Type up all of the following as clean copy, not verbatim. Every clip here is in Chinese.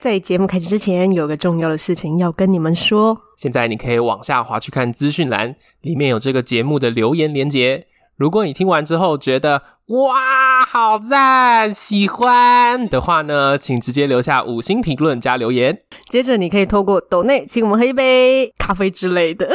在节目开始之前，有个重要的事情要跟你们说。 现在你可以往下滑去看资讯栏，里面有这个节目的留言连结。如果你听完之后觉得哇好赞喜欢的话呢，请直接留下5星评论加留言。 接着你可以透过抖内请我们喝一杯咖啡之类的。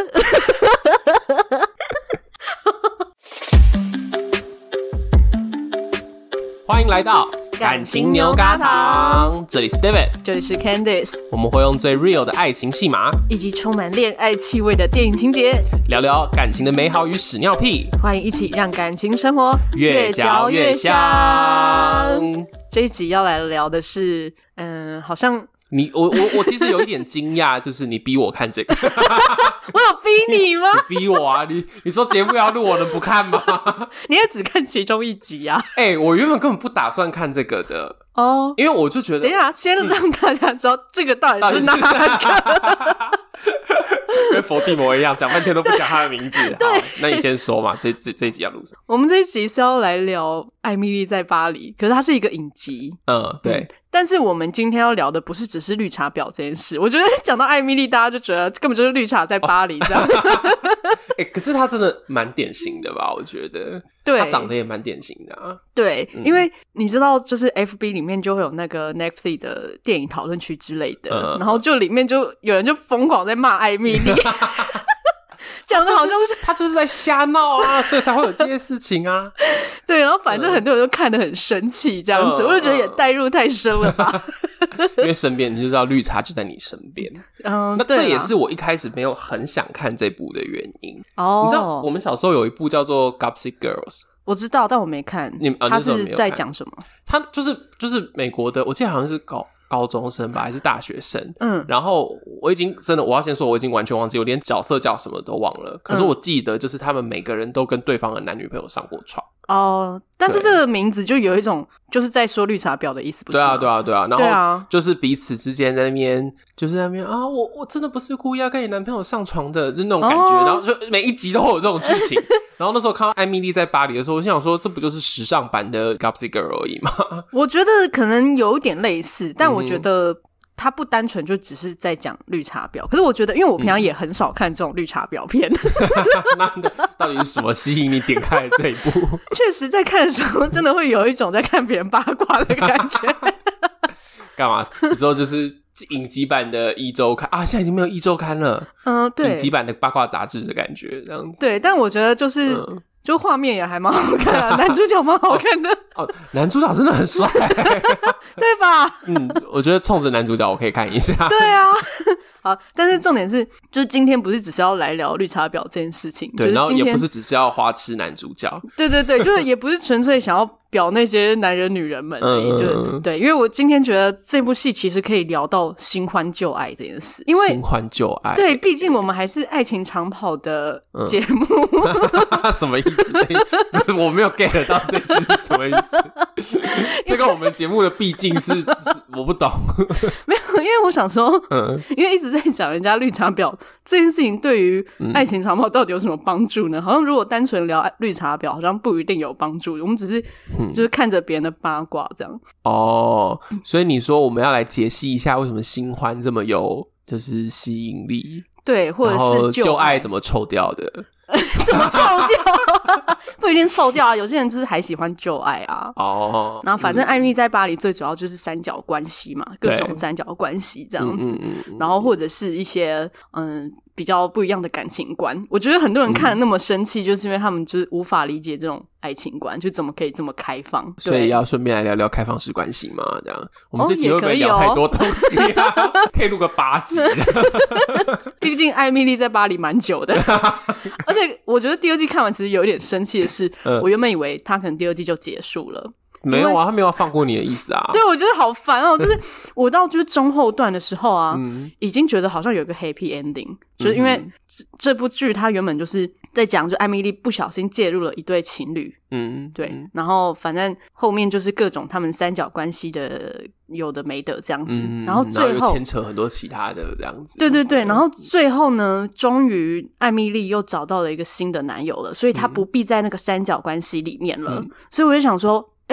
欢迎来到感情牛轧糖，这里是 David， 这里是 Candice， 我们会用最 real 的爱情戏码以及充满恋爱气味的电影情节， 聊聊感情的美好与屎尿屁， 欢迎一起让感情生活越嚼越香。 这一集要来聊的是好像我其实有一点惊讶，就是你逼我看这个。 我有逼你吗？ 你逼我啊！你说节目要录，我能不看吗？ 你也只看其中一集啊。 我原本根本不打算看这个的哦， 因为我就觉得， 等一下，先让大家知道这个到底是哪个。 跟佛地魔一样，讲半天都不讲他的名字。好，那你先说嘛，这一集要录什么？ 我们这一集是要来聊《艾蜜莉在巴黎》，可是它是一个影集。 对。 但是我们今天要聊的不是只是绿茶婊这件事，我觉得讲到艾蜜莉，大家就觉得根本就是绿茶在巴黎这样。 可是她真的蛮典型的吧？我觉得， 对， 她长得也蛮典型的啊。 对，因为你知道，就是 FB 里面就会有那个 Netflix 的电影讨论区之类的，然后就里面就有人就疯狂在骂艾蜜莉。讲的好像是他就是在瞎闹啊，所以才会有这些事情啊。 对，然后反正很多人都看得很生气这样子，我就觉得也代入太深了吧。 因为身边你就知道绿茶就在你身边。那这也是我一开始没有很想看这部的原因。你知道我们小时候有一部叫做 Gossip Girls， 我知道，但我没看。他是在讲什么？他就是美国的，我记得好像是高中生吧，还是大学生？然后我已经真的，我要先说，我已经完全忘记，我连角色叫什么都忘了。可是我记得，就是他们每个人都跟对方的男女朋友上过床。 但是这个名字就有一种就是在说绿茶婊的意思，不是吗？ 对啊，然后就是彼此之间在那边，就是在那边啊，我真的不是故意要跟你男朋友上床的，就那种感觉。然后就每一集都会有这种剧情。然后那时候看到艾蜜莉在巴黎的时候，我心想说，这不就是时尚版的 Gossip Girl 而已吗？ 我觉得可能有点类似，但我觉得他不单纯就只是在讲绿茶婊，可是我觉得因为我平常也很少看这种绿茶婊片。 那到底是什么吸引你点开了这一部？ 确实在看的时候真的会有一种在看别人八卦的感觉。 干嘛？你说就是影集版的一周刊啊，现在已经没有一周刊了。对，影集版的八卦杂志的感觉这样子。 对，但我觉得就是就画面也还蛮好看的，男主角蛮好看的。 男主角真的很帅。 对吧？ 我觉得冲着男主角我可以看一下。 对啊。好，但是重点是就是今天不是只是要来聊绿茶婊这件事情， 对， 就是、 然后也不是只是要花痴男主角。 对，就是也不是纯粹想要表那些男人女人们而已。就对，因为我今天觉得这部戏其实可以聊到新欢旧爱这件事，因为新欢旧爱， 对，毕竟我们还是爱情长跑的节目。 什么意思？我没有 get 到这句是什么意思。这个我们节目的毕竟是我不懂。 没有，因为我想说因为一直在讲人家绿茶婊这件事情对于爱情长跑到底有什么帮助呢？好像如果单纯聊绿茶婊好像不一定有帮助，我们只是就是看着别人的八卦这样。 所以你说我们要来解析一下为什么新欢这么有就是吸引力， 对，或者是旧爱怎么臭掉的。 怎么臭掉？不一定臭掉啊，有些人就是还喜欢旧爱啊。然后反正艾蜜莉在巴黎最主要就是三角关系嘛，各种三角关系这样子。然后或者是一些比较不一样的感情观。我觉得很多人看得那么生气，就是因为他们就是无法理解这种爱情观，就怎么可以这么开放。 所以要顺便来聊聊开放式关系嘛，这样我们这集会不会聊太多东西啊？可以录个8集。 毕竟艾蜜莉在巴黎蛮久的。而且我觉得第2季看完其实有一点生气的是，我原本以为他可能第2季就结束了。 没有啊，他没有放过你的意思啊。 对，我觉得好烦哦。就是我到就是中后段的时候啊，已经觉得好像有一个 happy ending，就是因为这部剧它原本就是在讲，就艾蜜莉不小心介入了一对情侣，对，然后反正后面就是各种他们三角关系的有的没的这样子，然后最后又牵扯很多其他的这样子。 对，然后最后呢，终于艾蜜莉又找到了一个新的男友了，所以她不必在那个三角关系里面了。所以我就想说，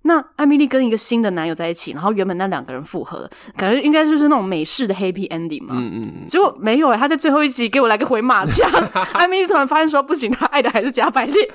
那艾米丽跟一个新的男友在一起，然后原本那2个人复合了，感觉应该就是那种美式的 happy ending 嘛。结果没有他在最后一集给我来个回马枪，艾米丽突然发现说不行，他爱的还是加百列。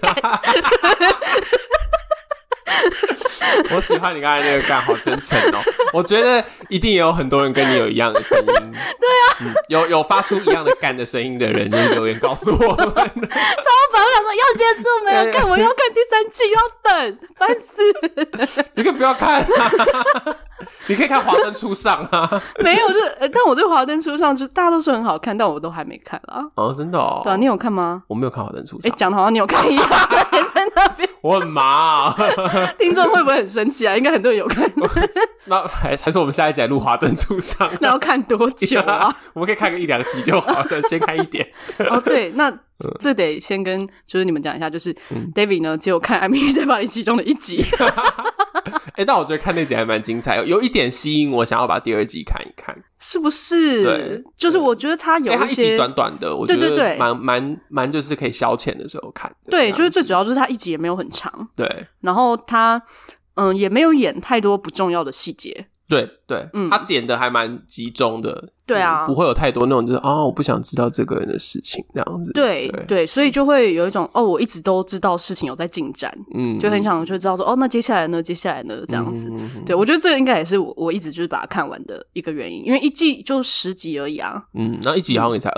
我喜欢你刚才那个干，好真诚哦！我觉得一定也有很多人跟你有一样的声音。对啊，有发出一样的干的声音的人，就留言告诉我们。超烦！ 我想说要结束没有看，我要看第3季，要等，烦死！ 你可以不要看啊，你可以看《华灯初上》啊。 没有，但我对《华灯初上》就大家都说很好看，但我都还没看啦。 哦，真的哦？ 对啊，你有看吗？ 我没有看《华灯初上》。 讲的好像你有看一样，在那边。 我很忙啊。 听众会不会很生气啊？应该很多人有看。 那还是我们下一集来录《华灯初上》。 那要看多久啊？ 我们可以看个1-2集就好了，先看一点。 哦，对，那这得先跟就是你们讲一下，就是 David 呢只有看《艾米丽在巴黎》其中的1集。 但我觉得看那集还蛮精彩，有一点吸引我，想要把第2季看一看， 是不是？对，就是我觉得它有一些， 它1集短短的，我觉得蛮就是可以消遣的时候看。 对，就是最主要就是它1集也没有很长， 对， 然后它也没有演太多不重要的细节。 对对，他剪的还蛮集中的， 对啊， 不会有太多那种就是我不想知道这个人的事情这样子。 对 对，所以就会有一种我一直都知道事情有在进展，就很想就知道说那接下来呢这样子。对，我觉得这个应该也是我一直就是把它看完的一个原因，因为1季就10集而已啊。那 1集好像也才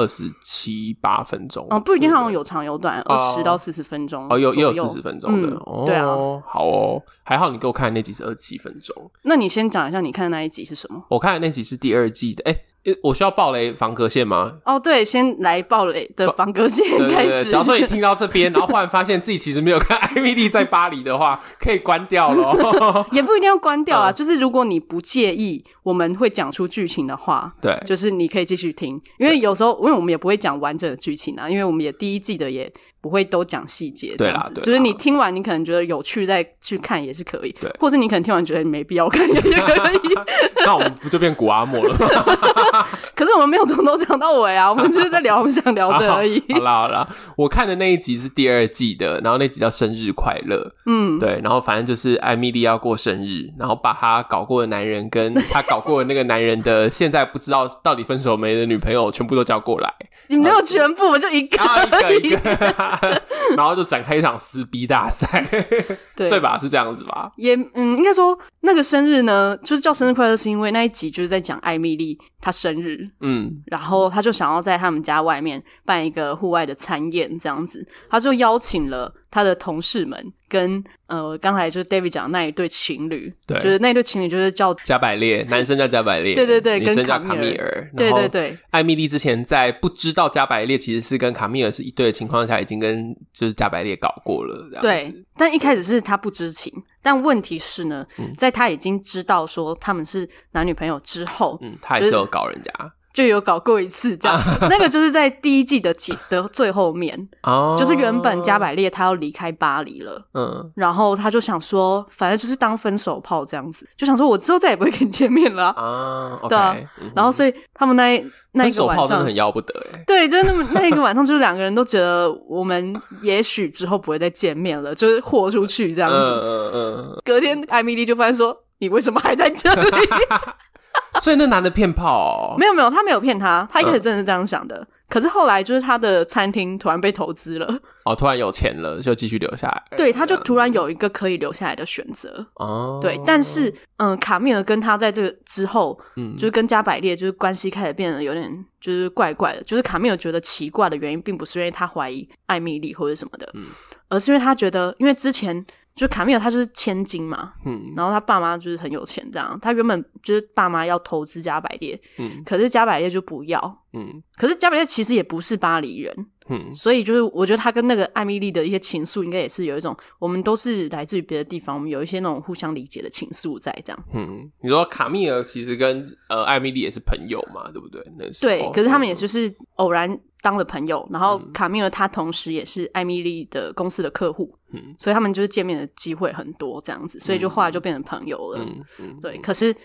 27-8分钟， 不一定，好像有长有短，20到40分钟。 也有40分钟的。 对啊， 好哦，还好你给我看的那集是27分钟。 那你先讲一下你看的那一集是什么？ 我看的那集是第2季的。我需要爆雷防隔线吗？ 对，先来爆雷的防隔线开始。 假如说你听到这边，然后忽然发现自己其实没有看《艾米丽在巴黎》的话，可以关掉咯。 也不一定要关掉啊，就是如果你不介意我们会讲出剧情的话， 对， 就是你可以继续听，因为有时候因为我们也不会讲完整的剧情啊，因为我们也第1季的也不会都讲细节这样子。就是你听完你可能觉得有趣再去看也是可以，对，或者你可能听完觉得你没必要看也可以。 那我们不就变古阿莫了吗？ 可是我们没有从头讲到尾啊，我们就是在聊我们想聊的而已。 好啦，我看的那一集是第2季的，然后那集叫生日快乐。对，然后反正就是艾米丽要过生日，然后把她搞过的男人跟她搞过的那个男人的现在不知道到底分手没的女朋友全部都叫过来。 你没有全部，我就一个一个然后就展开一场撕逼大赛。对吧？是这样子吧？ 也应该说那个生日呢，就是叫生日快乐，是因为那一集就是在讲艾米丽她生日，然后他就想要在他们家外面办一个户外的餐宴这样子，他就邀请了他的同事们跟刚才就是 David 讲的那一对情侣，对，就是那一对情侣就是叫加百列，男生叫加百列， 对对对， 女生叫卡米尔， 对对对。 艾米丽之前在不知道加百列其实是跟卡米尔是一对的情况下，已经跟就是加百列搞过了这样子。对， 但一开始是他不知情，但问题是呢，在他已经知道说他们是男女朋友之后， 他还是有搞人家。 就有搞过一次这样，那个就是在第1季的最后面，就是原本加百列他要离开巴黎了，然后他就想说，反正就是当分手炮这样子，就想说我之后再也不会跟你见面了对啊，然后所以他们那一个晚上分手炮真的很要不得对，就是那一个晚上，就是2个人都觉得我们也许之后不会再见面了，就是豁出去这样子。隔天艾米丽就发现说，你为什么还在这里？ 所以那男的骗炮没有，他没有骗他一开始真的是这样想的，可是后来就是他的餐厅突然被投资了， 突然有钱了，就继续留下来。 对，他就突然有一个可以留下来的选择。对，但是卡米尔跟他在这个之后，就是跟加百列就是关系开始变得有点就是怪怪的，就是卡米尔觉得奇怪的原因，并不是因为他怀疑艾米丽或者什么的，而是因为他觉得，因为之前就卡米尔他就是千金嘛，然后他爸妈就是很有钱这样，他原本就是爸妈要投资加百列，可是加百列就不要，可是加百列其实也不是巴黎人，所以就是我觉得他跟那个艾米丽的一些情愫应该也是有一种我们都是来自于别的地方，我们有一些那种互相理解的情愫在这样。 你说卡米尔其实跟艾米丽也是朋友嘛，对不对？ 对，可是他们也就是偶然当了朋友，然后卡米尔他同时也是艾米丽的公司的客户，所以他们就是见面的机会很多这样子，所以就后来就变成朋友了。对，可是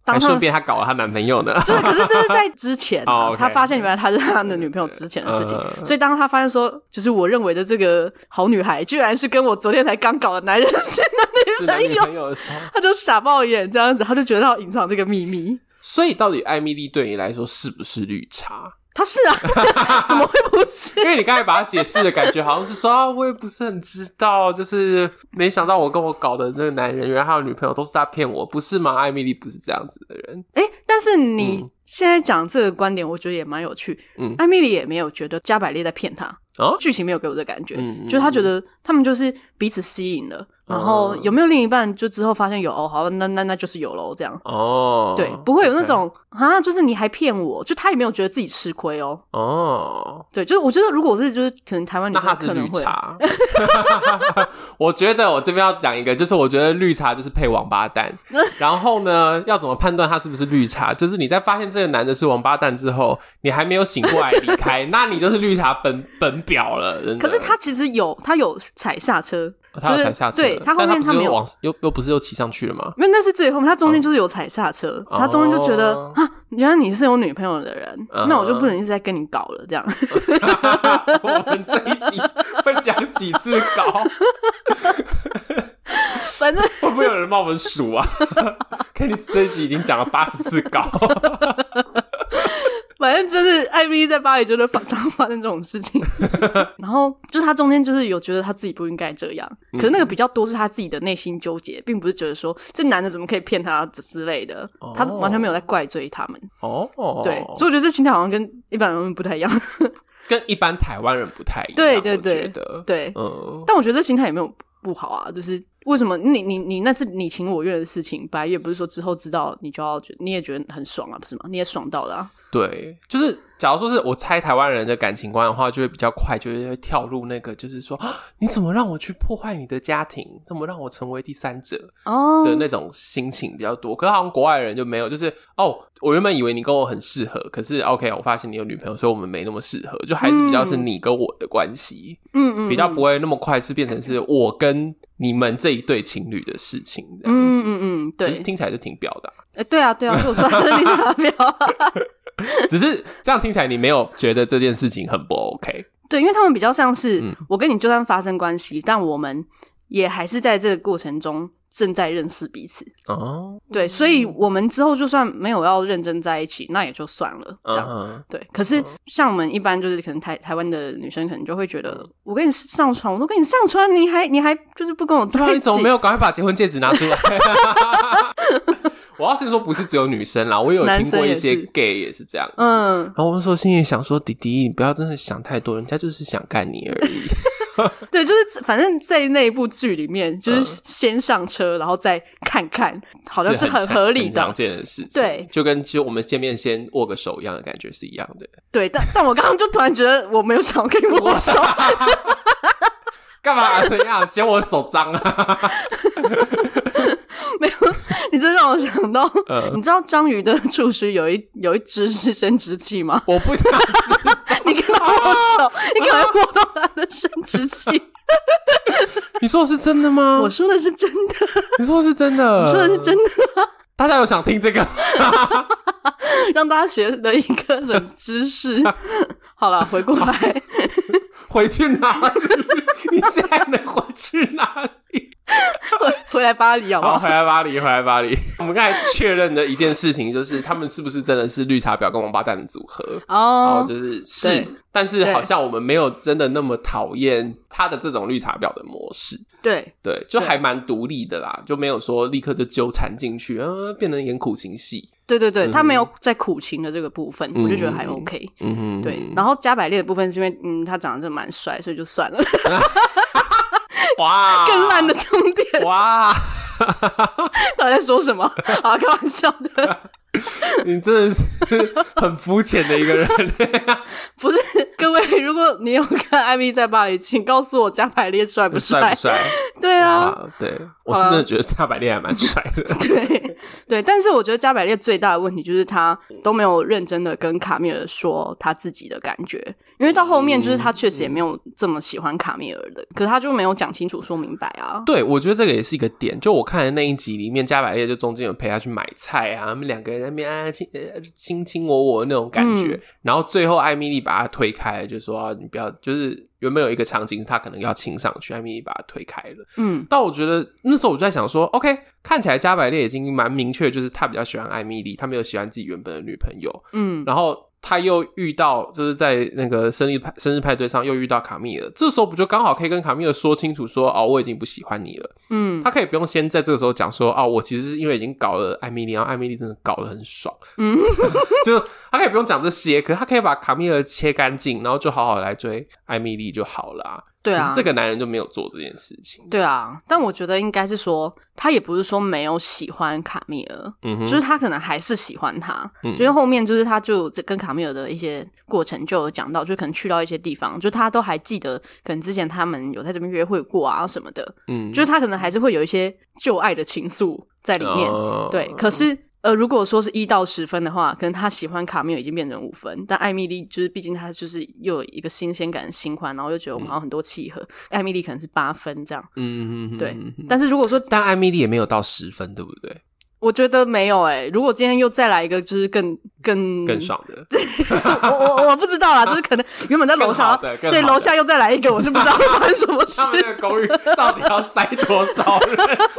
还顺便他搞了他男朋友呢。 就是，可是这是在之前 okay. 他发现原来他是他的女朋友之前的事情，所以当他发现说，就是我认为的这个好女孩，居然是跟我昨天才刚搞的男人是男女朋友的时候，他就傻爆眼这样子，他就觉得他要隐藏这个秘密。 所以到底艾蜜莉对你来说是不是绿茶？ 他是啊，怎么会不是？ 因为你刚才把它解释的感觉好像是说我也不是很知道，就是没想到我跟我搞的那个男人原来他有女朋友都是他骗我，不是吗？艾蜜莉不是这样子的人。 但是你现在讲这个观点我觉得也蛮有趣。艾蜜莉也没有觉得加百列在骗他，剧情没有给我这感觉，就是他觉得他们就是彼此吸引了，然后有没有另一半就之后发现有好，那就是有咯，这样。对，不会有那种就是你还骗我，就他也没有觉得自己吃亏对，就是我觉得如果是就是可能台湾女生可能会，那他是绿茶。 我觉得我这边要讲一个，就是我觉得绿茶就是配王八蛋。然后呢，要怎么判断他是不是绿茶？就是你在发现这个男的是王八蛋之后，你还没有醒过来离开，那你就是绿茶本表了。真的。 可是他其实他有踩下车。 他有踩下车， 对，他后面他没有又不是又骑上去了吗？ 没有，那是最后面，他中间就是有踩下车，他中间就觉得原来你是有女朋友的人，那我就不能一直在跟你搞了，这样。 我们这一集会讲几次搞？ 反正会不会有人帮我们数啊？Candice 这一集已经讲了80次搞。 反正就是艾蜜莉在巴黎就会常发生这种事情。然后就他中间就是有觉得他自己不应该这样，可是那个比较多是他自己的内心纠结，并不是觉得说这男的怎么可以骗他之类的，他完全没有在怪罪他们。对，所以我觉得这心态好像跟一般人不太一样。 跟一般台湾人不太一样。 对，但我觉得这心态也没有不好啊，就是为什么你那是你情我愿的事情，本来也不是说之后知道你就要觉得你也觉得很爽啊，不是吗？你也爽到了啊。 对，就是假如说是我猜台湾人的感情观的话，就会比较快，就会跳入那个就是说你怎么让我去破坏你的家庭，怎么让我成为第三者的那种心情比较多。可是好像国外人就没有，就是我原本以为你跟我很适合，可是 OK 我发现你有女朋友，所以我们没那么适合，就还是比较是你跟我的关系，比较不会那么快是变成是我跟你们这一对情侣的事情这样子。对，听起来就挺表的。 对啊，所以我说他是绿茶婊。 只是这样听起来你没有觉得这件事情很不 OK。 对，因为他们比较像是我跟你就算发生关系，但我们也还是在这个过程中正在认识彼此。对，所以我们之后就算没有要认真在一起，那也就算了这样。对，可是像我们一般就是可能台湾的女生可能就会觉得我跟你上床，我都跟你上床，你还就是不跟我在一起， 你怎么没有赶快把结婚戒指拿出来？我要先说不是只有女生啦，我有听过一些 gay 也是这样。然后我那时候心里想说，弟弟你不要真的想太多，人家就是想干你而已。 对，就是反正在那一部剧里面就是先上车然后再看看，好像是很合理的很常见的事情。对，就跟其实我们见面先握个手一样的感觉是一样的。对， 但我刚刚就突然觉得我没有想要跟你握手。 干嘛怎样嫌我手脏啊？ 没有，你这让我想到你知道章鱼的触须有一只是生殖器吗？ 我不想知道。 你跟他握手，你可能会握到他的生殖器。 你说的是真的吗？ 我说的是真的。 你说的是真的？ 我说的是真的。 大家有想听这个？ 让大家学了一个冷知识。好了，回过来。 回去哪里？你现在能回去哪里？ 回来巴黎好不好？ 回来巴黎。我们刚才确认的一件事情就是他们是不是真的是绿茶婊跟王八蛋的组合。就是但是好像我们没有真的那么讨厌他的这种绿茶婊的模式。对，就还蛮独立的啦，就没有说立刻就纠缠进去变成演苦情戏。对， 他没有在苦情的这个部分，我就觉得还 OK。对，然后加百列的部分是因为他长得真的蛮帅，所以就算了。 哇， 更烂的重点。 哇， 到底在说什么？好，开玩笑的。 你真的是很肤浅的一个人。 不是，各位，如果你有看《艾米在巴黎》，请告诉我加百列帅不帅？ 帅不帅？ 对啊， 对，我是真的觉得加百列还蛮帅的。 对，但是我觉得加百列最大的问题就是他都没有认真的跟卡米尔说他自己的感觉，因为到后面就是他确实也没有这么喜欢卡米尔的，可是他就没有讲清楚说明白啊。 对，我觉得这个也是一个点，就我看的那一集里面，加百列就中间有陪他去买菜啊，他们两个人在那边卿卿我我的那种感觉，然后最后艾米丽把他推开，就说你不要，就是原本有一个场景他可能要亲上去，艾米丽把他推开了。但我觉得那时候我就在想说 OK， 看起来加百列已经蛮明确，就是他比较喜欢艾米丽，他没有喜欢自己原本的女朋友。然后他又遇到就是在那个生日派对上又遇到卡米尔，这时候不就刚好可以跟卡米尔说清楚说我已经不喜欢你了。他可以不用先在这个时候讲说我其实是因为已经搞了艾米丽，然后艾米丽真的搞得很爽。就他可以不用讲这些，可是他可以把卡米尔切干净，然后就好好来追艾米丽就好了啊。 对啊， 可是这个男人就没有做这件事情。 对啊，但我觉得应该是说他也不是说没有喜欢卡米尔，就是他可能还是喜欢他。就是后面就是他就跟卡米尔的一些过程就有讲到，就可能去到一些地方，就他都还记得可能之前他们有在这边约会过啊什么的。就是他可能还是会有一些旧爱的情愫在里面。对，可是如果说是1到10分的话，可能他喜欢卡米尔已经变成5分，但艾米丽就是毕竟他就是又有一个新鲜感的新欢，然后又觉得我们好像很多契合，艾米丽可能是8分这样。对。但是如果说但艾米丽也没有到10分，对不对？ 我觉得没有如果今天又再来一个就是更爽的我不知道啦，就是可能原本在楼上对楼下又再来一个，我是不知道会发生什么事。 他们那个公寓到底要塞多少人？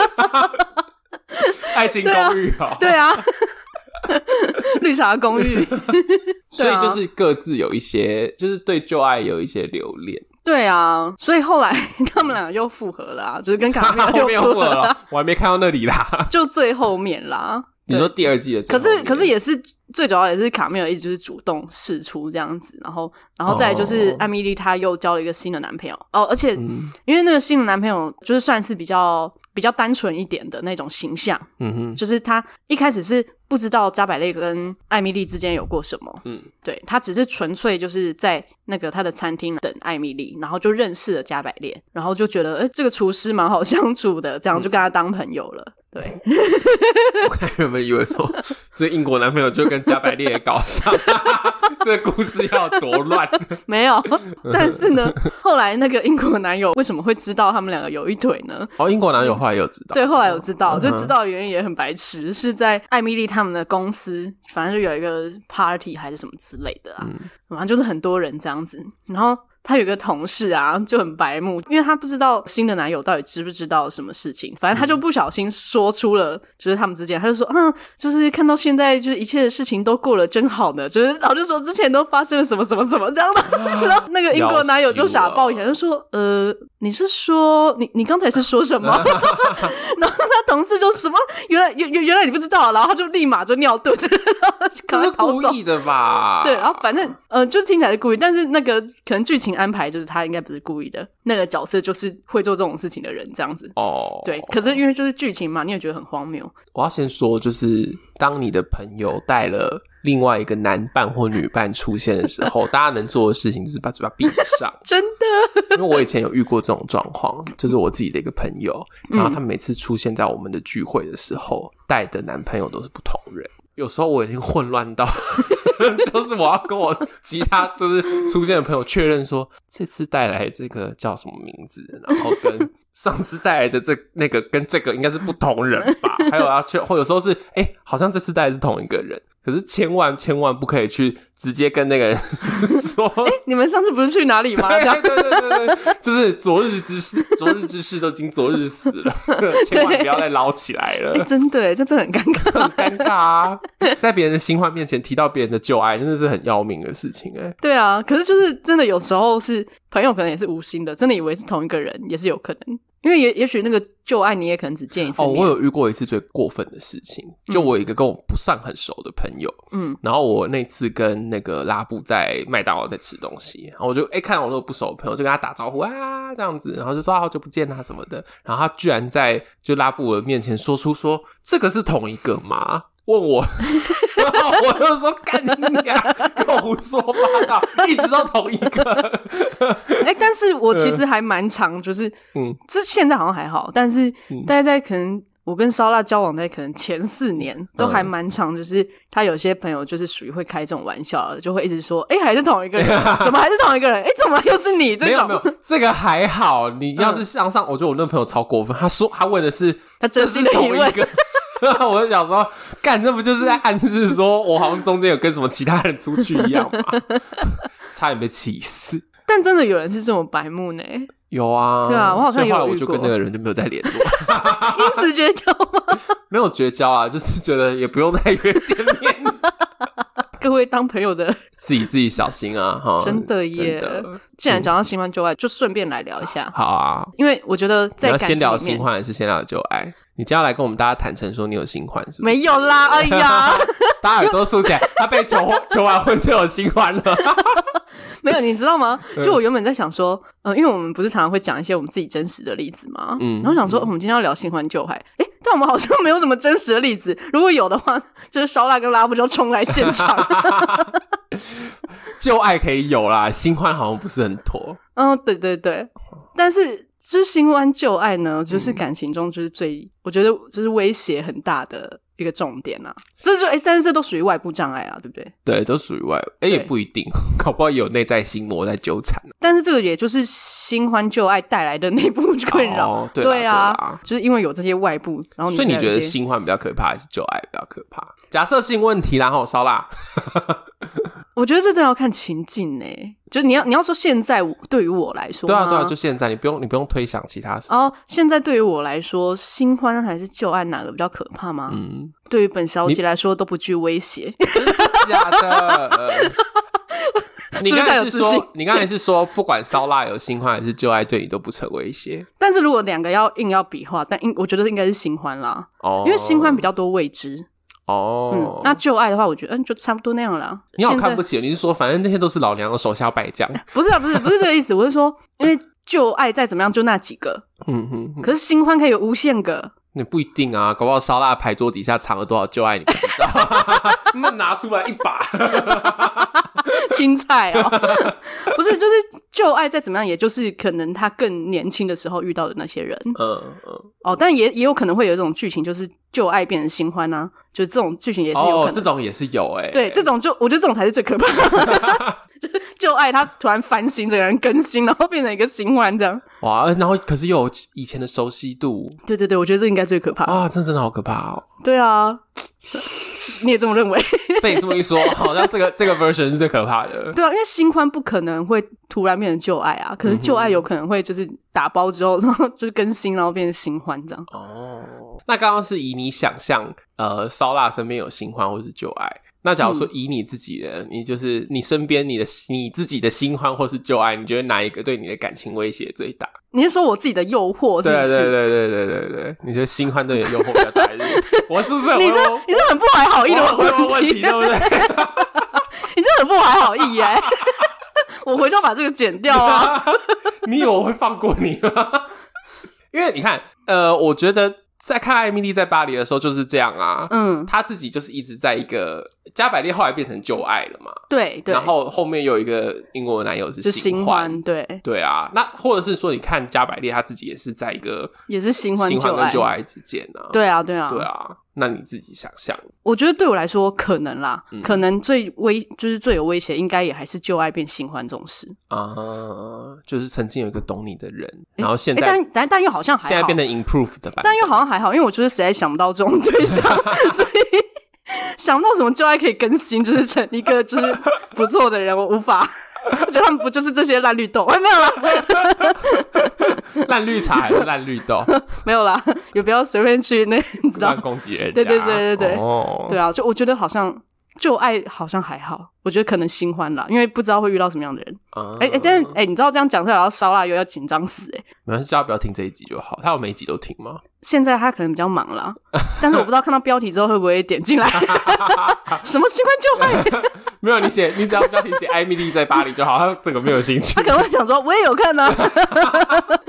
爱情公寓对啊绿茶公寓所以就是各自有一些就是对旧爱有一些留恋。 对啊，所以后来他们两个又复合了就是跟卡米尔又复合了我还没看到那里啦就最后面啦。 你说第2季的最后面， 可是也是最主要也是卡米尔一直就是主动释出这样子，然后再来就是艾米丽她又交了一个新的男朋友而且因为那个新的男朋友就是算是比较单纯一点的那种形象。就是他一开始是不知道加百列跟艾米丽之间有过什么。对，他只是纯粹就是在那个他的餐厅等艾米丽，然后就认识了加百列，然后就觉得这个厨师蛮好相处的，这样就跟他当朋友了。对我看原本以为说这英国男朋友就跟加百列搞上这个故事要多乱没有，但是呢后来那个英国男友为什么会知道他们两个有一腿呢？ 英国男友后来有知道。 对，后来有知道，就知道的原因也很白痴，是在艾米丽他们的公司反正就有一个 party 还是什么之类的反正就是很多人这样子，然后他有一个同事就很白目，因为他不知道新的男友到底知不知道什么事情，反正他就不小心说出了就是他们之间，他就说就是看到现在就是一切的事情都过了真好呢，就是然后就说之前都发生了什么什么什么这样的然后那个英国男友就傻爆眼，就说你是说你刚才是说什么然后他同事就什么原来你不知道，然后他就立马就尿遁这是故意的吧？ 对，然后反正就是听起来是故意，但是那个可能剧情安排就是他应该不是故意的，那个角色就是会做这种事情的人这样子。对，可是因为就是剧情嘛，你也觉得很荒谬。 我要先说，就是当你的朋友带了另外一个男伴或女伴出现的时候大家能做的事情就是把嘴巴闭上真的。 因为我以前有遇过这种状况，就是我自己的一个朋友，然后他每次出现在我们的聚会的时候带的男朋友都是不同人，有时候我已经混乱到就是我要跟我其他就是出现的朋友确认说这次带来这个叫什么名字，然后跟上次带来的那个跟这个应该是不同人吧还有或有时候是好像这次带的是同一个人，可是千万不可以去直接跟那个人说你们上次不是去哪里吗？ 对，就是昨日之事都经昨日死了千万不要再捞起来了真的这真的很尴尬很尴尬啊在别人的新欢面前提到别人的旧爱真的是很要命的事情对啊，可是就是真的有时候是朋友可能也是无心的，真的以为是同一个人也是有可能，因为也许那个旧爱你也可能只见一次面。 我有遇过一次最过分的事情，就我有一个跟我不算很熟的朋友然后我那次跟那个拉布在麦当劳在吃东西，然后我就看到我那个不熟的朋友就跟他打招呼这样子，然后就说好久不见什么的，然后他居然在就拉布的面前说出说这个是同一个吗？ 问我我就说干你娘，跟我胡说八道，一直都同一个但是我其实还蛮常就是这现在好像还好，但是大概在可能我跟烧腊交往在可能前4年都还蛮长，就是他有些朋友就是属于会开这种玩笑的，就会一直说还是同一个人怎么还是同一个人怎么又是你这种。 没有这个还好，你要是向上我觉得我那朋友超过分，他说他问的是他真心的疑问我就想说干，这不就是在暗示说我好像中间有跟什么其他人出去一样吗？差点被气死。 但真的有人是这种白目呢？ 有啊， 对啊，我好像有遇过。 后来我就跟那个人就没有再联络因此绝交吗？ 没有绝交啊，就是觉得也不用再约见面各位当朋友的自己小心啊。 真的耶，真的。既然讲到新欢旧爱，就顺便来聊一下。 好啊， 因为我觉得在感情里面， 你要先聊新欢还是先聊旧爱？你接下来跟我们大家坦诚说你有新欢是不是？ 没有啦，哎呀大家耳朵竖起来，他被求完婚就有新欢了没有，你知道吗？就我原本在想说因为我们不是常常会讲一些我们自己真实的例子吗？然后想说我们今天要聊新欢旧爱，但我们好像没有什么真实的例子，如果有的话就是烧腊跟拉布就冲来现场旧爱可以有啦，新欢好像不是很妥。 对对对，但是就是新欢旧爱呢，就是感情中就是我觉得就是威胁很大的一个重点啊。这就但是这都属于外部障碍啊，对不对？ 对，都属于外部。也不一定，搞不好有内在心魔在纠缠。 但是这个也就是新欢旧爱带来的内部困扰。对啊，就是因为有这些外部，然后所以你觉得新欢比较可怕，还是旧爱比较可怕？假设性问题啦，烧腊我觉得这真的要看情境欸，就是你要说现在对于我来说， 对啊，就现在，你不用推想其他事。 现在对于我来说，新欢还是旧爱哪个比较可怕吗？对于本小姐来说都不具威胁。 真的假的？你刚才是说不管烧腊有新欢还是旧爱，对你都不成威胁。 但是如果两个硬要比话，我觉得应该是新欢啦，因为新欢比较多未知。那旧爱的话，我觉得就差不多那样啦。 你好看不起，你是说反正那些都是老娘的手下败将？ 不是这个意思，我是说，因为旧爱再怎么样就那几个，可是新欢可以有无限个。 你不一定啊，搞不好烧腊牌桌底下藏了多少旧爱你不知道那拿出来一把青菜不是，就是旧爱再怎么样，也就是可能他更年轻的时候遇到的那些人。但也有可能会有一种剧情，就是旧爱变成新欢啊，就这种剧情也是有可能。 这种也是有对，这种我觉得这种才是最可怕的就是旧爱他突然翻新，整个人更新，然后变成一个新欢这样。 哇，然后可是又有以前的熟悉度。 对对对，我觉得这应该最可怕啊，真的好可怕哦。 对啊你也这么认为？ 被你这么一说，好像这个 version 是最可怕的。 对啊，因为新欢不可能会突然变成旧爱啊，可是旧爱有可能会就是打包之后，然后就是更新，然后变成新欢这样。 那刚刚是以你想象烧腊身边有新欢或是旧爱，那假如说以你自己的你就是你身边你自己的新欢或是旧爱，你觉得哪一个对你的感情威胁最大？ 你是说我自己的诱惑是不是？对，你觉得新欢对你的诱惑比较大还是我是不是你这很不怀好意的问题对不对你这很不怀好意耶我回头把这个剪掉啊你以为我会放过你吗？因为你看我觉得在看艾米丽在巴黎的时候就是这样啊，她自己就是一直在一个加百列后来变成旧爱了嘛， 对， 然后后面有一个英国的男友是新欢，对啊，那或者是说你看加百列他自己也是在一个也是新欢跟旧爱之间啊， 对啊， 那你自己想象， 我觉得对我来说可能啦，可能就是最有威胁应该也还是旧爱变新欢这种事啊， 就是曾经有一个懂你的人，然后现在但又好像还好， 现在变成 improve 的版本， 但又好像还好，因为我就是实在想不到这种对象所以想不到什么旧爱可以更新，就是成一个就是不错的人，我无法我觉得他们不就是这些烂绿豆？没有啦烂绿茶还是烂绿豆？ 没有啦，也不要随便去那你知道乱攻击人家。 对对啊，就我觉得好像旧爱好像还好，我觉得可能新欢啦，因为不知道会遇到什么样的人。但是你知道这样讲出来，然后烧腊又要紧张死没关系，叫他不要听这一集就好。他有每一集都听吗？ 现在他可能比较忙啦，但是我不知道看到标题之后会不会点进来。什么新欢旧爱？ 没有，你只要标题写艾米丽在巴黎就好，他整个没有兴趣。 他可能会想说，我也有看啊。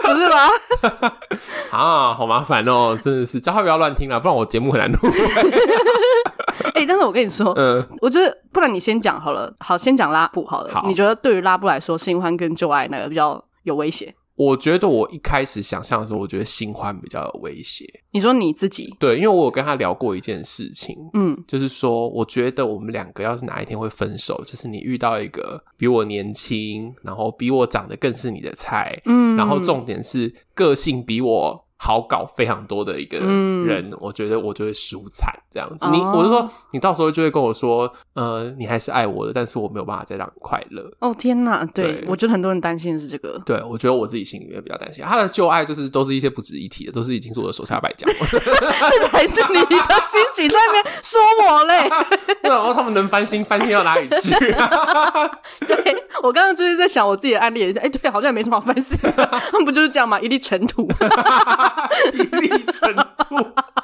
不是吗？ 啊，好麻烦哦，真的是，叫他不要乱听啦，不然我节目很难录。 但是我跟你说，我觉得不然你先讲好了，好，先讲拉布好了。你觉得对于拉布来说，新欢跟旧爱哪个比较有威胁？ 我觉得我一开始想象的时候，我觉得新欢比较有威胁。 你说你自己？ 对，因为我有跟他聊过一件事情，就是说，我觉得我们两个要是哪一天会分手，就是你遇到一个比我年轻，然后比我长得更是你的菜，然后重点是个性比我好搞非常多的一个人，我觉得我就会输惨这样子。我就说你到时候就会跟我说，你还是爱我的，但是我没有办法再让你快乐。哦天哪，对，我觉得很多人担心的是这个。 对，我觉得我自己心里面比较担心，他的旧爱就是都是一些不值一提的，都是已经是我的手下败将。 这才是你的心情在那边说我嘞。 然后他们能翻新到哪里去？ 对，我刚刚就是在想我自己的案例，对，好像也没什么好翻新的，他们不就是这样吗？一粒尘土。 一粒尘土。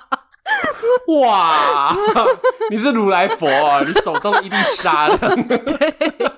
哇，你是如来佛啊，你手中的一粒沙。 对。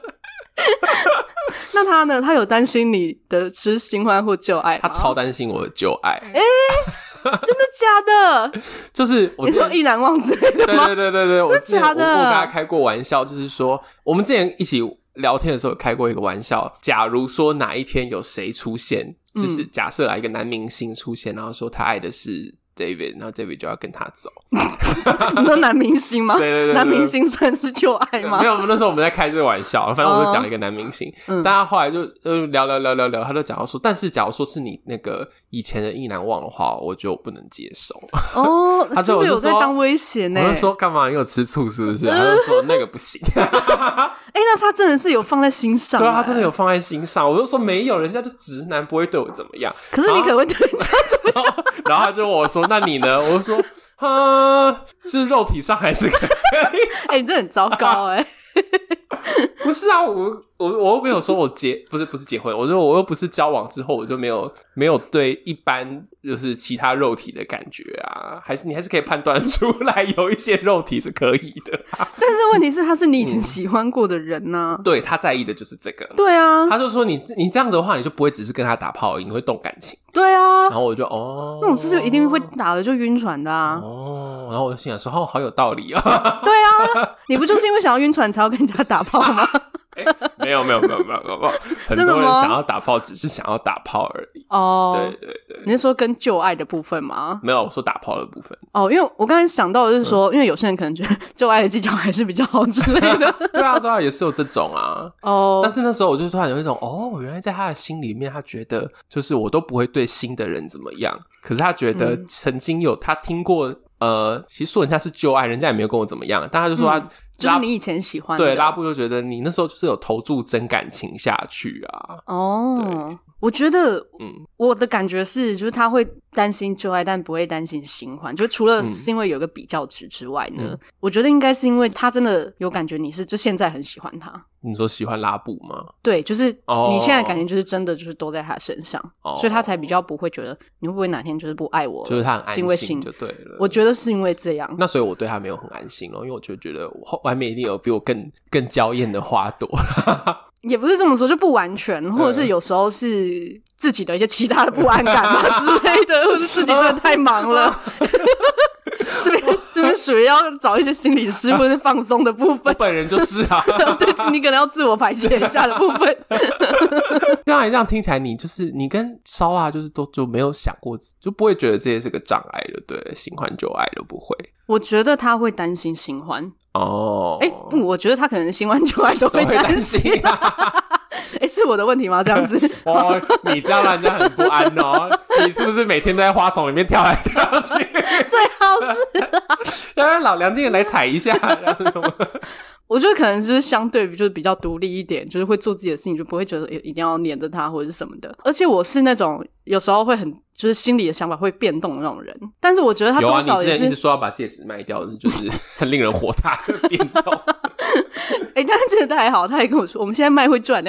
那他呢？他有担心你的是新欢或旧爱吗？ 他超担心我的旧爱。 真的假的？ 就是我你说意难忘之类的吗？ 对，真的假的？我跟他开过玩笑，就是说我们之前一起聊天的时候有开过一个玩笑，假如说哪一天有谁出现，就是假设一个男明星出现，然后说他爱的是David， 然后 David 就要跟他走。 你说男明星吗？ 对， 男明星算是旧爱吗？ 没有，那时候我们在开这个玩笑，反正我就讲了一个男明星，但他后来就聊，他就讲到说，但是假如说是你那个以前的意难忘的话，我觉得我不能接受。 哦，他真的有在当威胁呢。 我就说干嘛？你有吃醋是不是？他就说那个不行。 那他真的是有放在心上。 对啊，他真的有放在心上。我就说没有，人家就直男，不会对我怎么样。 可是你可能会对人家怎么样？ 然后他就问我说：“那你呢？”我就说：“是肉体上还是可以？” 你这很糟糕不是啊，我又没有说我不是结婚，我说我又不是交往之后我就没有对一般就是其他肉体的感觉啊，你还是可以判断出来有一些肉体是可以的。 但是问题是他是你以前喜欢过的人啊。 对，他在意的就是这个。 对啊， 他就说你这样子的话，你就不会只是跟他打炮而已，你会动感情。 对啊， 然后我就那种事就一定会打了就晕船的啊。 然后我就心想说好有道理啊。 对啊，你不就是因为想要晕船才要跟人家打炮吗？ 没有，很多人想要打炮只是想要打炮而已。对， 你是说跟旧爱的部分吗？ 没有，我说打炮的部分。 因为我刚才想到的是说，因为有些人可能觉得旧爱的技巧还是比较好之类的。 对啊，也是有这种啊。但是那时候我就突然有一种原来在他的心里面，他觉得就是我都不会对新的人怎么样，可是他觉得曾经有他听过其实说人家是旧爱，人家也没有跟我怎么样，但他就说他就是你以前喜欢的。 对，拉布就觉得你那时候就是有投注真感情下去啊。对， 我觉得我的感觉是就是他会担心旧爱但不会担心新欢，就除了是因为有个比较值之外呢，我觉得应该是因为他真的有感觉你是就现在很喜欢他。 你说喜欢拉布吗？ 对，就是你现在感觉就是真的就是都在他身上，所以他才比较不会觉得你会不会哪天就是不爱我了， 就是他很安心就对了。 我觉得是因为这样。 那所以我对他没有很安心因为我就觉得外面一定有比我更娇艳的花朵。 也不是这么说，就不完全，或者是有时候是自己的一些其他的不安感嘛之类的，或者是自己真的太忙了。这边属于要找一些心理师或者是放松的部分。 我本人就是啊。 对，你可能要自我排解一下的部分。 刚才这样听起来，你就是你跟烧腊就是就没有想过，就不会觉得这些是个障碍的，对，新欢旧爱都不会。 我觉得他会担心新欢。不，我觉得他可能新欢旧爱都会担心。是我的问题吗？这样子你这样让人家很不安哦。你是不是每天都在花丛里面跳来跳去？ 最好是要让老梁今天来踩一下。 我觉得可能就是相对就是比较独立一点，就是会做自己的事情，就不会觉得一定要黏着他或者是什么的。而且我是那种有时候会很就是心里的想法会变动的那种人，但是我觉得他多少也是。 你之前一直说要把戒指卖掉，就是很令人火大的变动。 但是真的太好，他还跟我说我们现在卖会赚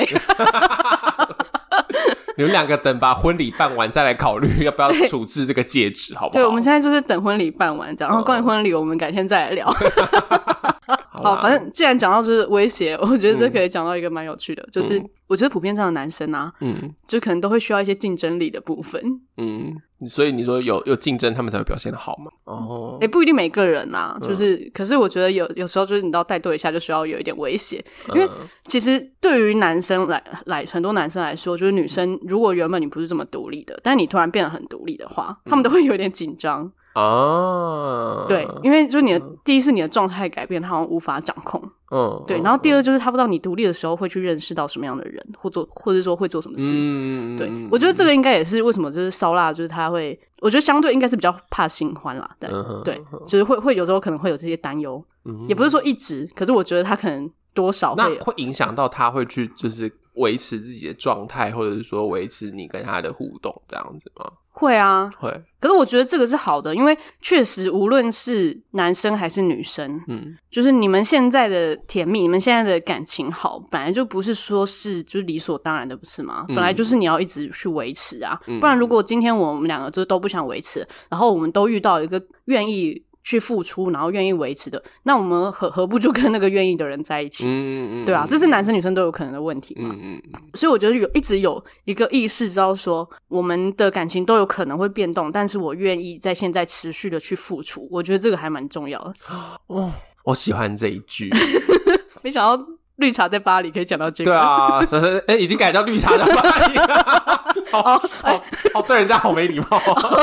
你们两个等把婚礼办完再来考虑要不要处置这个戒指好不好？ 对，我们现在就是等婚礼办完这样，然后关于婚礼我们改天再来聊。 好，反正既然讲到就是威胁，我觉得这可以讲到一个蛮有趣的，就是我觉得普遍上的男生啊，就可能都会需要一些竞争力的部分。 所以你说有竞争，他们才会表现得好吗？哦， 不一定每个人啊，就是，可是我觉得有时候就是你到带队一下就需要有一点威胁，因为其实对于男生来很多男生来说，就是女生如果原本你不是这么独立的，但你突然变得很独立的话，他们都会有点紧张。对，因为就是第一是你的状态改变，他好像无法掌控。对，然后第二就是他不知道你独立的时候会去认识到什么样的人，或者说会做什么事。对，我觉得这个应该也是为什么就是烧腊就是他会，我觉得相对应该是比较怕新欢啦。对，就是会有时候可能会有这些担忧，也不是说一直，可是我觉得他可能多少会影响到他会去就是维持自己的状态，或者是说维持你跟他的互动这样子吗？ 会啊， 会。 可是我觉得这个是好的，因为确实无论是男生还是女生，就是你们现在的甜蜜，你们现在的感情好，本来就不是说是就是理所当然的，不是吗？本来就是你要一直去维持啊，不然如果今天我们两个就是都不想维持，然后我们都遇到一个愿意去付出然后愿意维持的，那我们何不就跟那个愿意的人在一起？对啊，这是男生女生都有可能的问题嘛。所以我觉得一直有一个意识知道说我们的感情都有可能会变动，但是我愿意在现在持续的去付出，我觉得这个还蛮重要的。 我喜欢这一句。 没想到绿茶在巴黎可以讲到这个。 对啊，已经改叫绿茶在巴黎了。好，对人家好没礼貌。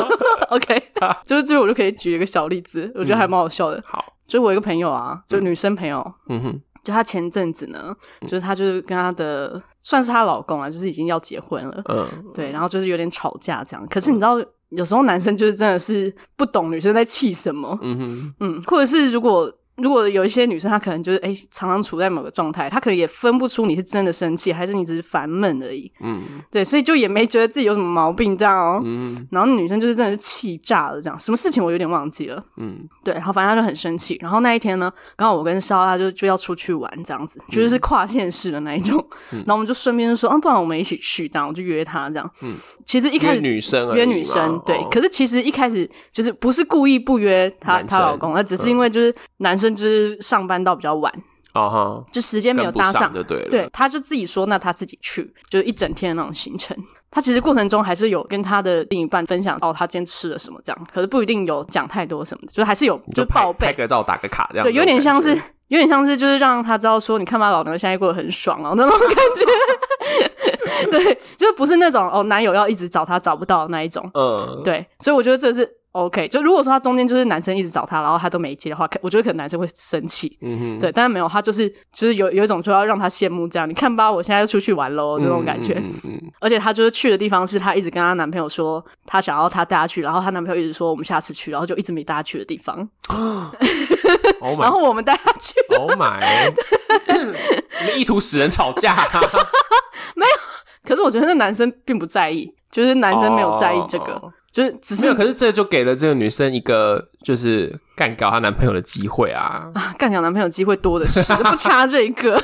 OK， 就是这我就可以举一个小例子，我觉得还蛮好笑的。 好， 就我一个朋友啊，就女生朋友，就她前阵子呢，就是她就是跟她的算是她老公啊，就是已经要结婚了，对，然后就是有点吵架这样。可是你知道，有时候男生就是真的是不懂女生在气什么，或者是如果有一些女生她可能就是常常处在某个状态，她可能也分不出你是真的生气还是你只是烦闷而已，对，所以就也没觉得自己有什么毛病这样哦，然后女生就是真的是气炸了这样，什么事情我有点忘记了，对，然后反正她就很生气，然后那一天呢刚好我跟肖她就要出去玩这样子，就是跨县市的那一种，然后我们就顺便就说不然我们一起去这样，我就约她这样，其实一开始约女生对，可是其实一开始就是不是故意不约她老公，那只是因为就是男生就是上班到比较晚，就时间没有搭上，对，他就自己说那他自己去，就是一整天的那种行程。他其实过程中还是有跟他的另一半分享他今天吃了什么这样，可是不一定有讲太多什么的，就是还是有就报备， 拍个照打个卡这样， 对，有点像是就是让他知道说你看吧老娘现在过得很爽哦那种感觉。对，就是不是那种男友要一直找他找不到的那一种，对，所以我觉得这是 OK， 就如果说他中间就是男生一直找他然后他都没接的话，我觉得可能男生会生气，对，但是没有，他就是有一种就要让他羡慕这样，你看吧我现在就出去玩咯这种感觉，而且他就是去的地方是他一直跟他男朋友说他想要他带他去，然后他男朋友一直说我们下次去，然后就一直没带他去的地方。然后我们带他去。 Oh my， 你们意图使人吵架没有，可是我觉得那男生并不在意，就是男生没有在意这个，就是只是没有，可是这就给了这个女生一个就是干搞她男朋友的机会啊！ 干搞男朋友机会多的是，不差这一个。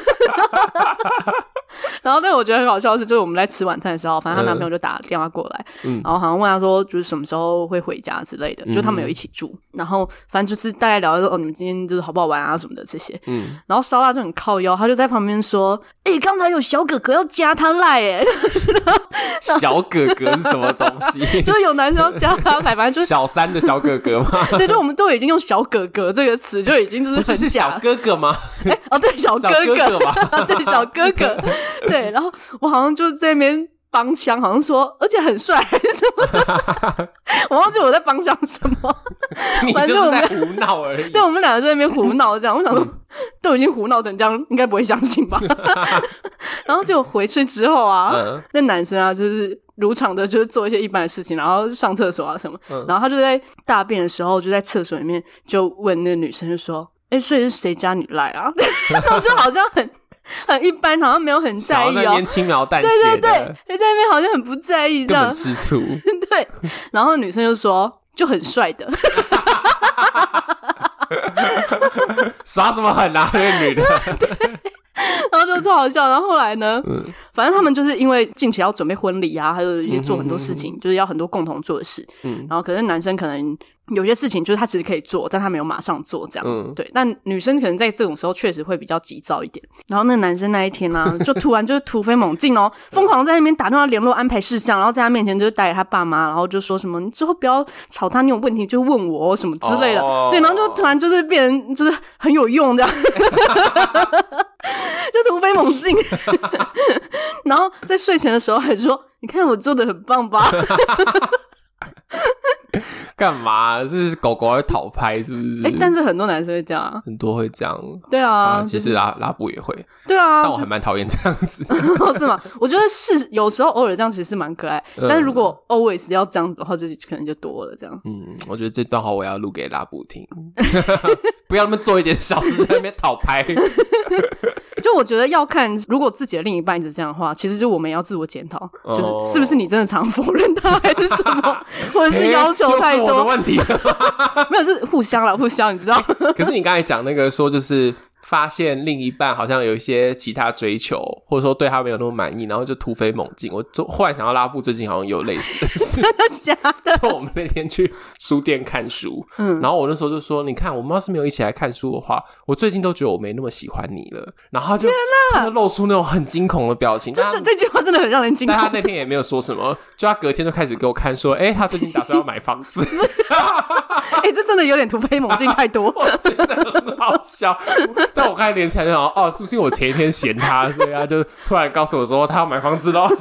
然后，但我觉得很好笑的是，就是我们在吃晚餐的时候，反正她男朋友就打电话过来，然后好像问她说，就是什么时候会回家之类的，就他们有一起住，然后反正就是大概聊说，你们今天就是好不好玩啊什么的这些，然后烧腊就很靠腰，他就在旁边说，刚才有小哥哥要加他赖小哥哥是什么东西？ 就是有男生要加他赖，反正就是小三的小哥哥吗？ 对，就我们都已经用小哥哥这个词，就已经就是很假。 是小哥哥吗？ 对，小哥哥吧？ 对，小哥哥。对，然后我好像就在那边帮腔，好像说而且很帅还是什么我忘记我在帮腔什么。 你就是在胡闹而已。 对，我们两个在那边胡闹这样，我想说都已经胡闹成这样，应该不会相信吧。然后结果回去之后啊，那男生啊就是如常的就是做一些一般的事情，然后上厕所啊什么，然后他就在大便的时候就在厕所里面就问那个女生就说所以是谁加你赖啊？然后就好像很一般，好像没有很在意在那边轻描淡写的， 对，在那边好像很不在意这样， 根本吃醋。 对，然后女生就说就很帅的。 耍什么狠啊那个女的。 然后就超好笑，然后后来呢，反正他们就是因为近期要准备婚礼啊，还有一些做很多事情，就是要很多共同做的事，然后可是男生可能有些事情就是他其实可以做，但他没有马上做这样。对，但女生可能在这种时候确实会比较急躁一点。然后那个男生那一天呢，就突然就是突飞猛进哦，疯狂在那边打电话联络安排事项，然后在他面前就是带给他爸妈，然后就说什么你之后不要吵他，你有问题就问我什么之类的。对，然后就突然就是变成就是很有用这样。就突飞猛进。然后在睡前的时候还说你看我做的很棒吧。 干嘛？是狗狗在讨拍是不是？ 但是很多男生会这样啊， 很多会这样。 对啊， 其实拉布也会。 对啊， 但我还蛮讨厌这样子。 是吗？我觉得是有时候偶尔这样其实是蛮可爱，但是如果 always 要这样子的话，这可能就多了这样。 我觉得这段话我要录给拉布听。不要那么做一点小事在那边讨拍。 就我觉得要看，如果自己的另一半一直这样的话，其实就我们也要自我检讨，就是是不是你真的常否认他，还是什么，或者是要求太多。 又是我的问题。 没有，是互相啦，互相，你知道。 可是你刚才讲那个说，就是发现另一半好像有一些其他追求，或者说对他没有那么满意，然后就突飞猛进。我就后来想到拉布最近好像有类似的事。 真的假的？ 就我们那天去书店看书，然后我那时候就说，你看我们要是没有一起来看书的话，我最近都觉得我没那么喜欢你了。然后他就露出那种很惊恐的表情。 这句话真的很让人惊恐。 但他那天也没有说什么，就他隔天就开始给我看说，他最近打算要买房子。 这真的有点突飞猛进太多。 我觉得很好笑。但我刚才连起来就想，是不是因为我前一天嫌他，所以他就突然告诉我说他要买房子咯。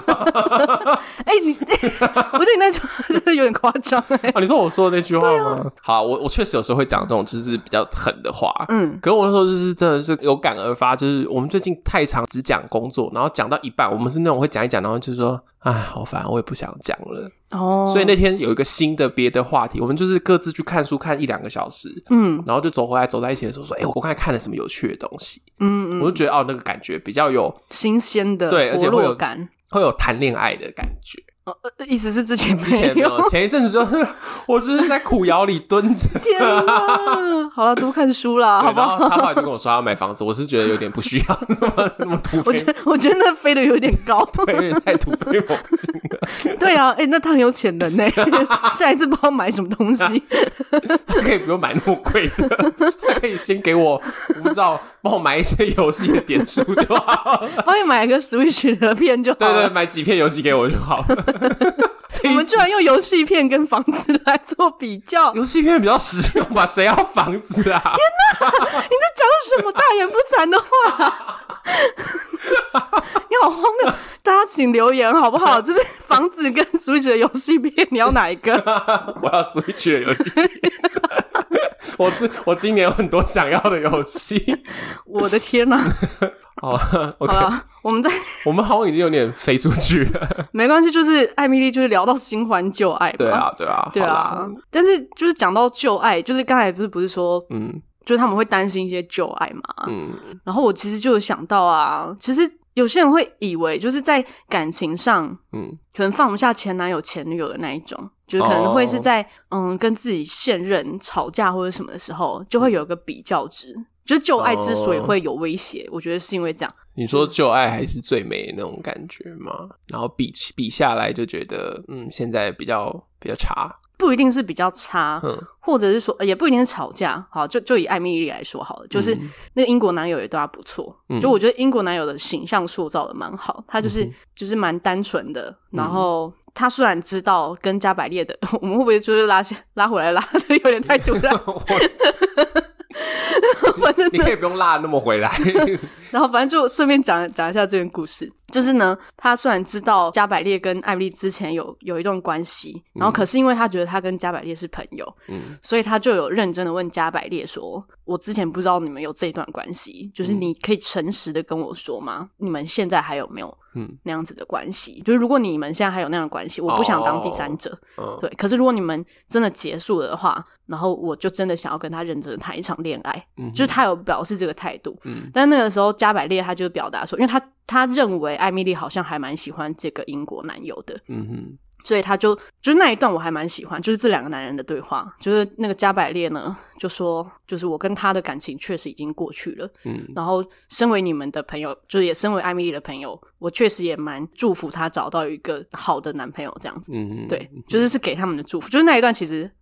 我觉得你那句话真的有点夸张。 你说我说的那句话吗？好，我确实有时候会讲这种就是比较狠的话。可是我那时候就是真的是有感而发，就是我们最近太常只讲工作，然后讲到一半，我们是那种会讲一讲，然后就说好烦，我也不想讲了。所以那天有一个新的别的话题，我们就是各自去看书看1-2个小时。然后就走回来走在一起的时候说，我刚才看了什么有趣的东西。我就觉得那个感觉比较有新鲜的， 对，而且会有谈恋爱的感觉。 意思是之前没有， 前一阵子就是我就是在苦窑里蹲着。 天哪！好了，多看书啦，好不好？ 他后来就跟我说要买房子，我是觉得有点不需要那么突飞。 我觉得那飞得有点高， 对，有点太突飞猛进了。 对啊，那他很有潜能耶。下一次不知道买什么东西， 可以不用买那么贵的，他可以先给我不知道帮我买一些游戏的点数就好了， 帮你买一个 Switch 的片就好了。 对，买几片游戏给我就好了。 我们居然用游戏片跟房子来做比较， 游戏片比较实用吧？谁要房子啊？ 天哪！你在讲什么大言不惭的话？你好荒谬！大家请留言好不好？就是房子跟 Switch 的游戏片，你要哪一个？ 我要 Switch 的游戏片。我今年有很多想要的游戏。 我的天哪！ 好了 ，OK， 好了，我们好像已经有点飞出去了。 没关系，就是艾米丽就是聊到新欢旧爱嘛。对啊。但是就是讲到旧爱，就是刚才不是说，就是他们会担心一些旧爱嘛。然后我其实就有想到啊，其实有些人会以为就是在感情上，可能放不下前男友前女友的那一种。就是可能会是在跟自己现任吵架或者什么的时候，就会有一个比较值。就是旧爱之所以会有威胁，我觉得是因为这样。 你说旧爱还是最美的那种感觉吗？然后比下来就觉得现在比较差。 不一定是比较差，或者是说也不一定是吵架。好，就以艾米丽来说好了，就是那个英国男友也对她不错。就我觉得英国男友的形象塑造的蛮好，他就是蛮单纯的，然后他虽然知道跟加百列的，我们会不会就是拉回来拉的有点太突然？ 你可以不用拉那么回来。 然后反正就顺便讲一下这件故事。就是呢，他虽然知道加百列跟艾米丽之前有一段关系，然后可是因为他觉得他跟加百列是朋友，所以他就有认真的问加百列说，我之前不知道你们有这一段关系，就是你可以诚实的跟我说吗？你们现在还有没有那样子的关系？就是如果你们现在还有那样的关系，我不想当第三者。对，可是如果你们真的结束了的话，然后我就真的想要跟他认真的谈一场恋爱。就是他有表示这个态度。但那个时候加百列他就表达说，因为他认为艾米丽好像还蛮喜欢这个英国男友的。所以他就是那一段我还蛮喜欢，就是这两个男人的对话。就是那个加百列呢就说，就是我跟他的感情确实已经过去了。然后身为你们的朋友，就是也身为艾米丽的朋友，我确实也蛮祝福他找到一个好的男朋友这样子。对，就是给他们的祝福。就是那一段其实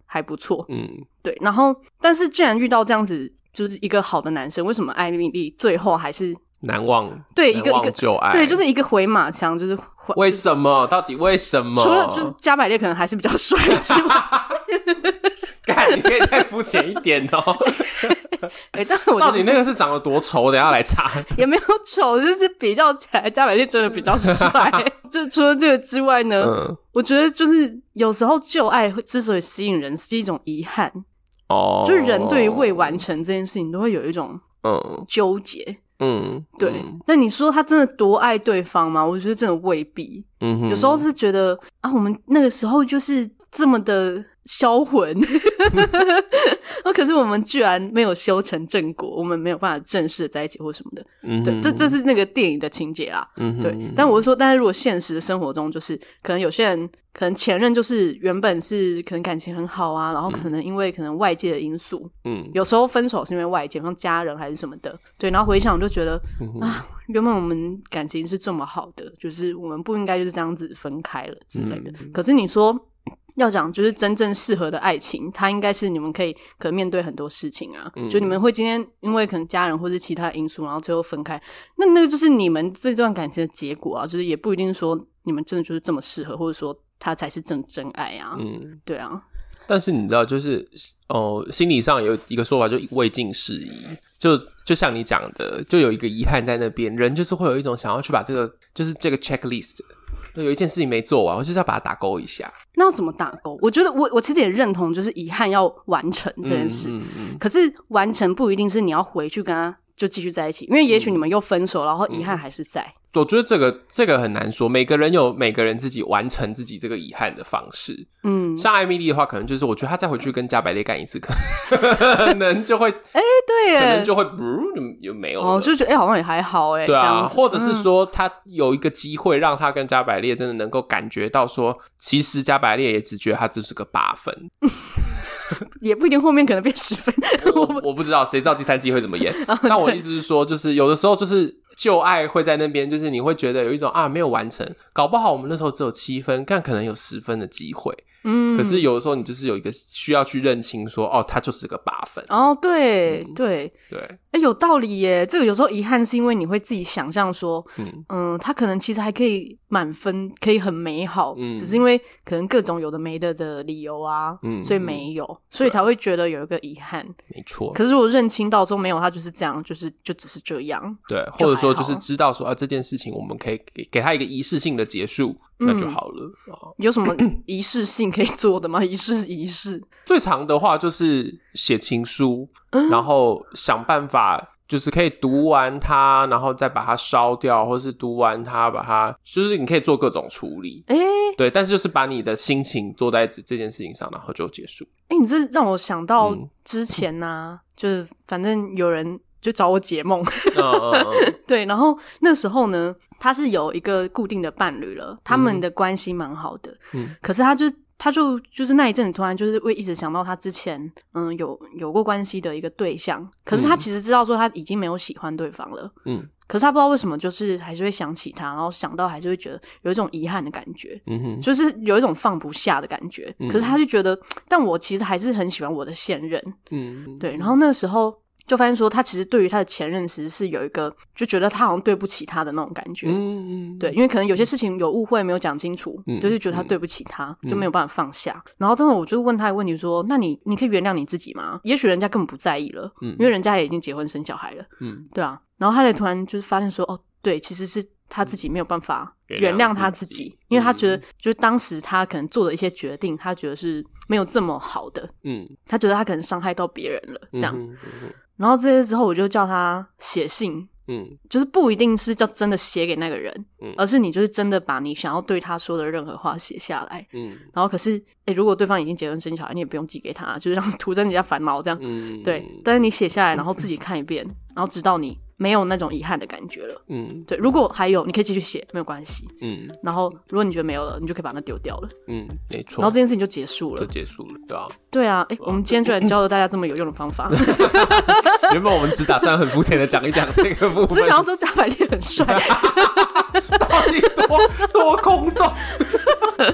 还不错。对。然后但是既然遇到这样子就是一个好的男生，为什么艾蜜莉最后还是难忘？ 对， 难忘旧爱， 对，就是一个回马枪，就是为什么？到底为什么？ 除了就是加百列可能还是比较帅之外， 干，你可以再肤浅一点哦。 但我到底那个是长得多丑？等一下来查。 也没有丑，就是比较起来，加百列真的比较帅。就除了这个之外呢，我觉得就是有时候旧爱之所以吸引人，是一种遗憾。就是人对于未完成这件事情都会有一种纠结。对。那你说他真的多爱对方吗？我觉得真的未必。有时候是觉得啊，我们那个时候就是这么的销魂，可是我们居然没有修成正果，我们没有办法正式的在一起或什么的。对，这是那个电影的情节啦。对。但我是说，但是如果现实的生活中，就是可能有些人可能前任就是原本是可能感情很好啊，然后可能因为可能外界的因素，有时候分手是因为外界，像家人还是什么的。对。然后回想就觉得啊，原本我们感情是这么好的，就是我们不应该就是这样子分开了之类的。可是你说要讲就是真正适合的爱情，它应该是你们可能面对很多事情啊，就你们会今天因为可能家人或是其他因素然后最后分开，那个就是你们这段感情的结果啊，就是也不一定说你们真的就是这么适合，或者说他才是真爱啊。对啊。 但是你知道就是心理上有一个说法，就未尽事宜，就像你讲的，就有一个遗憾在那边，人就是会有一种想要去把这个就是这个 checklist， 有一件事情没做完，我就是要把它打勾一下。 那要怎么打勾？我觉得我其实也认同，就是遗憾要完成这件事。可是完成不一定是你要回去跟他就继续在一起，因为也许你们又分手，然后遗憾还是在。 我觉得这个很难说，每个人有每个人自己完成自己这个遗憾的方式。像艾蜜莉的话，可能就是我觉得她再回去跟加百列干一次，可能就会对耶， 可能就会就没有了。 就觉得好像也还好对啊， 或者是说他有一个机会让他跟加百列真的能够感觉到说，其实加百列也只觉得他只是个8分。 也不一定后面可能变10分。 我不知道，谁知道第3季会怎么演。那我的意思是说，就是有的时候就是旧爱会在那边，就是你会觉得有一种没有完成，搞不好我们那时候只有7分，但可能有10分的机会。可是有的时候你就是有一个需要去认清说，他就是个8分。 对对对，有道理耶。这个有时候遗憾是因为你会自己想象说，他可能其实还可以满分，可以很美好，只是因为可能各种有的没的理由啊，所以没有，所以才会觉得有一个遗憾。 没错。 可是如果认清到之后没有，他就是这样，就只是这样。 对，或者说就是知道说这件事情我们可以给他一个仪式性的结束，那就好了。 有什么仪式性可以做的吗？仪式最长的话就是写情书，然后想办法就是可以读完它，然后再把它烧掉，或是读完它把它，就是你可以做各种处理。对，但是就是把你的心情做在这件事情上，然后就结束。 你这让我想到之前就是反正有人就找我解梦。对，然后那时候呢，他是有一个固定的伴侣了，他们的关系蛮好的。可是他就是那一阵子突然就是会一直想到他之前有过关系的一个对象，可是他其实知道说他已经没有喜欢对方了。可是他不知道为什么就是还是会想起他，然后想到还是会觉得有一种遗憾的感觉。就是有一种放不下的感觉。可是他就觉得但我其实还是很喜欢我的现任。对，然后那时候就发现说他其实对于他的前任其实是有一个就觉得他好像对不起他的那种感觉。对，因为可能有些事情有误会没有讲清楚，就是觉得他对不起他，就没有办法放下。然后真的我就问他一个问题说，那你可以原谅你自己吗？也许人家根本不在意了，因为人家也已经结婚生小孩了。对啊。然后他才突然就是发现说对，其实是他自己没有办法原谅他自己，因为他觉得就是当时他可能做的一些决定，他觉得是没有这么好的。他觉得他可能伤害到别人了这样。然后这些之后我就叫他写信，就是不一定是叫真的写给那个人，而是你就是真的把你想要对他说的任何话写下来。然后可是如果对方已经结婚生小孩，你也不用寄给他，就是让徒增人家烦恼这样。对，但是你写下来然后自己看一遍，然后直到你没有那种遗憾的感觉了。对，如果还有你可以继续写没有关系。然后如果你觉得没有了，你就可以把它丢掉了。 没错。 然后这件事情就结束了， 对啊。 对啊。我们今天居然教了大家这么有用的方法。 原本我们只打算很肤浅的讲一讲这个部分， 只想要说加百列很帅。 到底多空洞。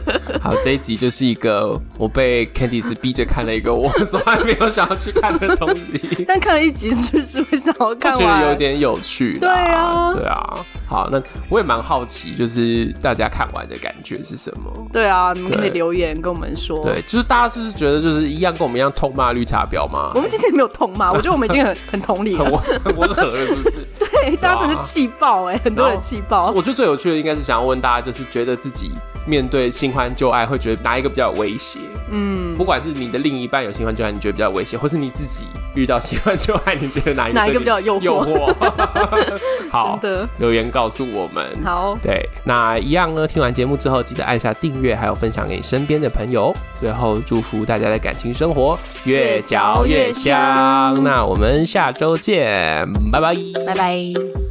好，这一集就是一个我被 Candice 逼着看了一个我从来没有想要去看的东西， 但看了一集是不是会想要看完？ 我觉得有点有趣。 对啊， 对啊。好，那我也蛮好奇，就是大家看完的感觉是什么？ 对啊，你们可以留言跟我们说。 对，就是大家是不是觉得就是一样跟我们一样痛骂绿茶婊吗？ 我们其实也没有痛骂，我觉得我们已经很同理了， 很温和了，是不是？ 对，大家真的气爆很多人气爆。 我觉得最有趣的应该是想要问大家，就是觉得自己面对新欢旧爱会觉得哪一个比较有威胁？不管是你的另一半有新欢旧爱，你觉得比较有威胁，或是你自己遇到新欢旧爱，你觉得哪一个比较诱惑？好，真的留言告诉我们。 好， 对，那一样呢，听完节目之后记得按下订阅，还有分享给你身边的朋友。最后祝福大家的感情生活越嚼越香。那我们下周见，拜拜， 拜拜。